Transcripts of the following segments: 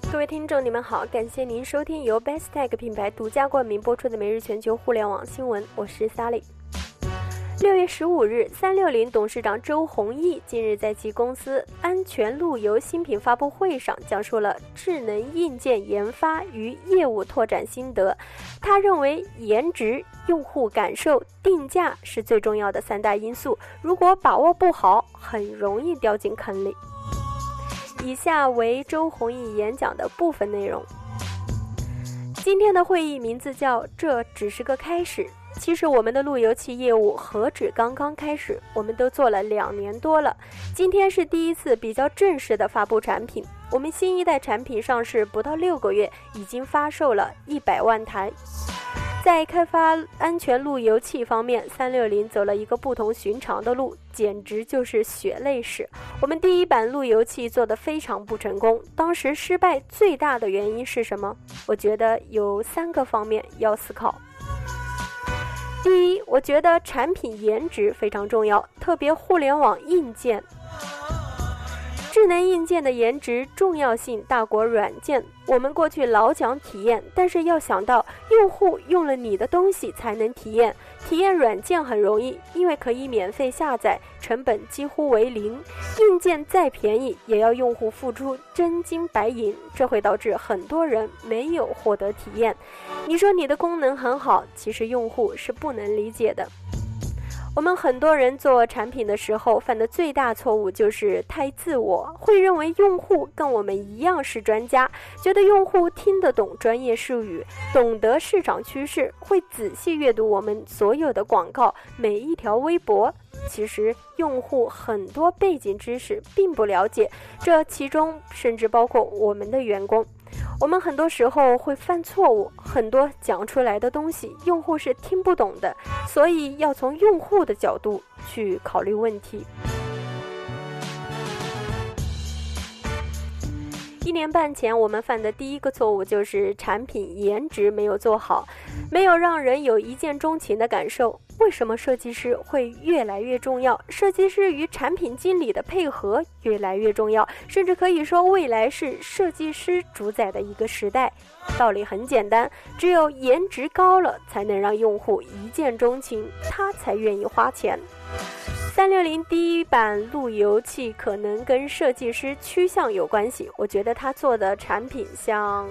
各位听众，你们好，感谢您收听由 Besttech 品牌独家冠名播出的每日全球互联网新闻，我是 Sally。6月15日，360董事长周鸿祎近日在其公司安全路由新品发布会上讲述了智能硬件研发与业务拓展心得。他认为颜值、用户感受、定价是最重要的3大因素，如果把握不好，很容易掉进坑里。以下为周鸿祎演讲的部分内容。今天的会议名字叫“这只是个开始”。其实我们的路由器业务何止刚刚开始，我们都做了2年多了。今天是第一次比较正式的发布产品。我们新一代产品上市不到6个月，已经发售了100万台。在开发安全路由器方面，360走了一个不同寻常的路，简直就是血泪史。我们第一版路由器做得非常不成功，当时失败最大的原因是什么？我觉得有3个方面要思考。第一，我觉得产品颜值非常重要，特别互联网硬件。智能硬件的颜值重要性大过软件。我们过去老讲体验，但是要想到用户用了你的东西才能体验。体验软件很容易，因为可以免费下载，成本几乎为0。硬件再便宜，也要用户付出真金白银，这会导致很多人没有获得体验。你说你的功能很好，其实用户是不能理解的。我们很多人做产品的时候犯的最大错误就是太自我，会认为用户跟我们一样是专家，觉得用户听得懂专业术语，懂得市场趋势，会仔细阅读我们所有的广告，每一条微博。其实用户很多背景知识并不了解，这其中甚至包括我们的员工。我们很多时候会犯错误，很多讲出来的东西用户是听不懂的，所以要从用户的角度去考虑问题。1年半前，我们犯的第一个错误就是产品颜值没有做好，没有让人有一见钟情的感受。为什么设计师会越来越重要？设计师与产品经理的配合越来越重要，甚至可以说未来是设计师主宰的一个时代。道理很简单，只有颜值高了，才能让用户一见钟情，他才愿意花钱。360第一版路由器可能跟设计师趋向有关系，我觉得他做的产品像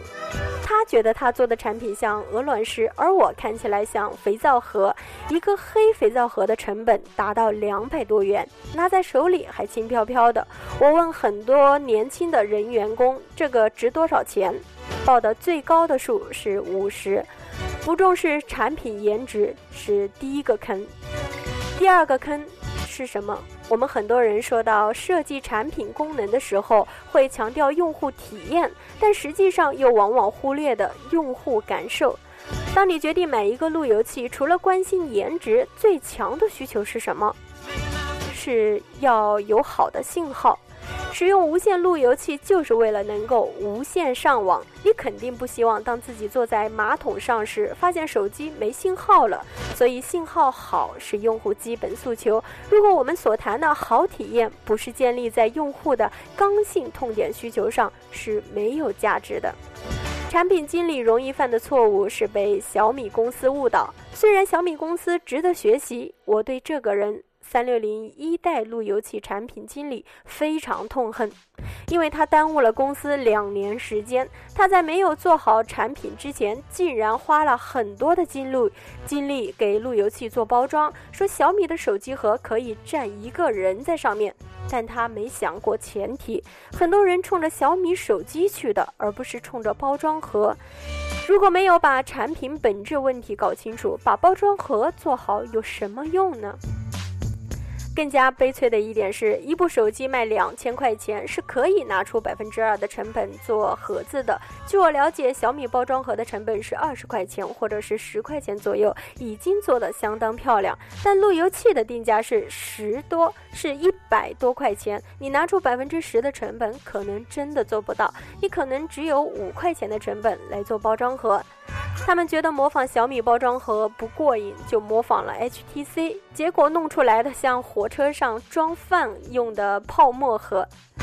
鹅卵石，而我看起来像肥皂盒。一个黑肥皂盒的成本达到200多元，拿在手里还轻飘飘的。我问很多年轻的人员工，这个值多少钱？报的最高的数是50。不重视产品颜值是第一个坑。第二个坑是什么？我们很多人说到设计产品功能的时候，会强调用户体验，但实际上又往往忽略的用户感受。当你决定买一个路由器，除了关心颜值，最强的需求是什么？是要有好的信号。使用无线路由器就是为了能够无线上网，你肯定不希望当自己坐在马桶上时发现手机没信号了，所以信号好是用户基本诉求。如果我们所谈的好体验不是建立在用户的刚性痛点需求上，是没有价值的。产品经理容易犯的错误是被小米公司误导，虽然小米公司值得学习，我对这个人360一代路由器产品经理非常痛恨，因为他耽误了公司2年时间。他在没有做好产品之前，竟然花了很多的精力给路由器做包装，说小米的手机盒可以站1个人在上面，但他没想过前提，很多人冲着小米手机去的，而不是冲着包装盒。如果没有把产品本质问题搞清楚，把包装盒做好有什么用呢？更加悲催的一点是，一部手机卖2000块钱是可以拿出2%的成本做盒子的。据我了解，小米包装盒的成本是20块钱或者是10块钱左右，已经做得相当漂亮。但路由器的定价是100多块钱，你拿出10%的成本，可能真的做不到。你可能只有5块钱的成本来做包装盒。他们觉得模仿小米包装盒不过瘾，就模仿了 HTC， 结果弄出来的像火车上装饭用的泡沫盒。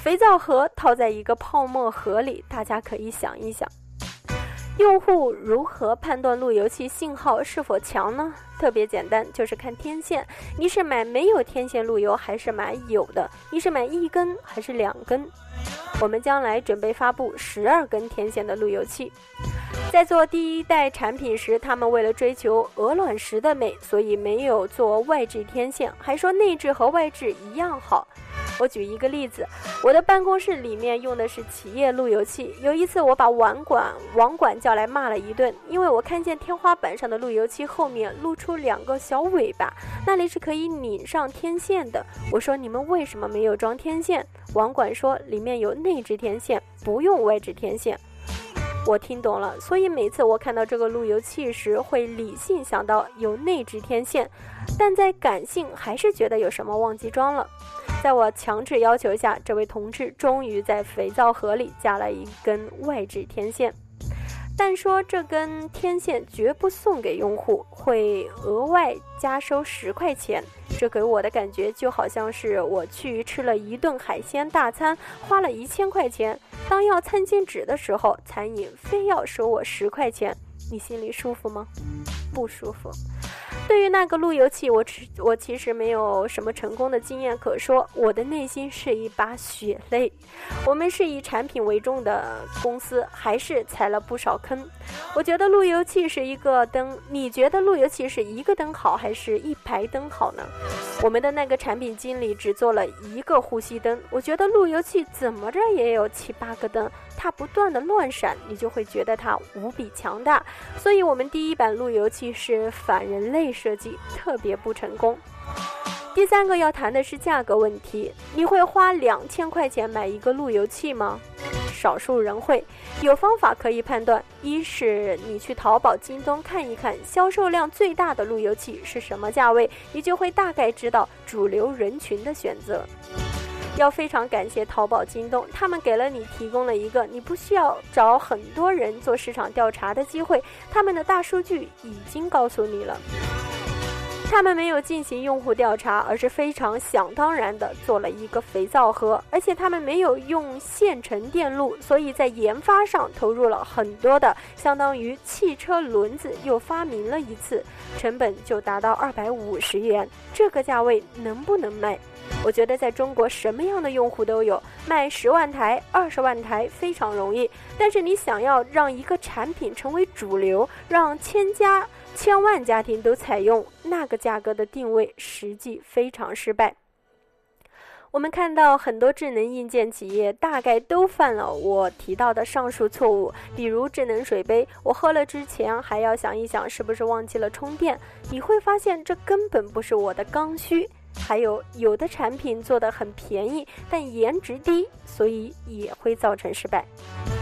肥皂盒套在一个泡沫盒里，大家可以想一想。用户如何判断路由器信号是否强呢？特别简单，就是看天线。你是买没有天线路由还是买有的？你是买1根还是2根？我们将来准备发布12根天线的路由器。在做第一代产品时，他们为了追求鹅卵石的美，所以没有做外置天线，还说内置和外置一样好。我举一个例子，我的办公室里面用的是企业路由器。有一次我把网管叫来骂了一顿，因为我看见天花板上的路由器后面露出2个小尾巴，那里是可以拧上天线的。我说你们为什么没有装天线？网管说里面有内置天线，不用外置天线。我听懂了，所以每次我看到这个路由器时，会理性想到有内置天线，但在感性还是觉得有什么忘记装了。在我强制要求下，这位同志终于在肥皂盒里加了1根外置天线。但说这根天线绝不送给用户，会额外加收10块钱。这给我的感觉就好像是我去吃了一顿海鲜大餐，花了1000块钱，当要餐巾纸的时候，餐饮非要收我10块钱，你心里舒服吗？不舒服。对于那个路由器，我其实没有什么成功的经验可说，我的内心是一把血泪。我们是以产品为重的公司，还是踩了不少坑。我觉得路由器是一个灯，你觉得路由器是1个灯好，还是1排灯好呢？我们的那个产品经理只做了1个呼吸灯，我觉得路由器怎么着也有7、8个灯，它不断的乱闪，你就会觉得它无比强大。所以我们第一版路由器是反人类设计，特别不成功。第3个要谈的是价格问题，你会花2000块钱买一个路由器吗？少数人会。有方法可以判断，一是你去淘宝、京东看一看销售量最大的路由器是什么价位，你就会大概知道主流人群的选择。要非常感谢淘宝、京东，他们给了你提供了一个你不需要找很多人做市场调查的机会，他们的大数据已经告诉你了。他们没有进行用户调查，而是非常想当然地做了一个肥皂盒，而且他们没有用现成电路，所以在研发上投入了很多的，相当于汽车轮子又发明了一次，成本就达到250元。这个价位能不能卖？我觉得在中国什么样的用户都有，卖10万台、20万台非常容易，但是你想要让一个产品成为主流，让千万家庭都采用，那个价格的定位实际非常失败。我们看到很多智能硬件企业大概都犯了我提到的上述错误，比如智能水杯，我喝了之前还要想一想是不是忘记了充电，你会发现这根本不是我的刚需。还有的产品做得很便宜，但颜值低，所以也会造成失败。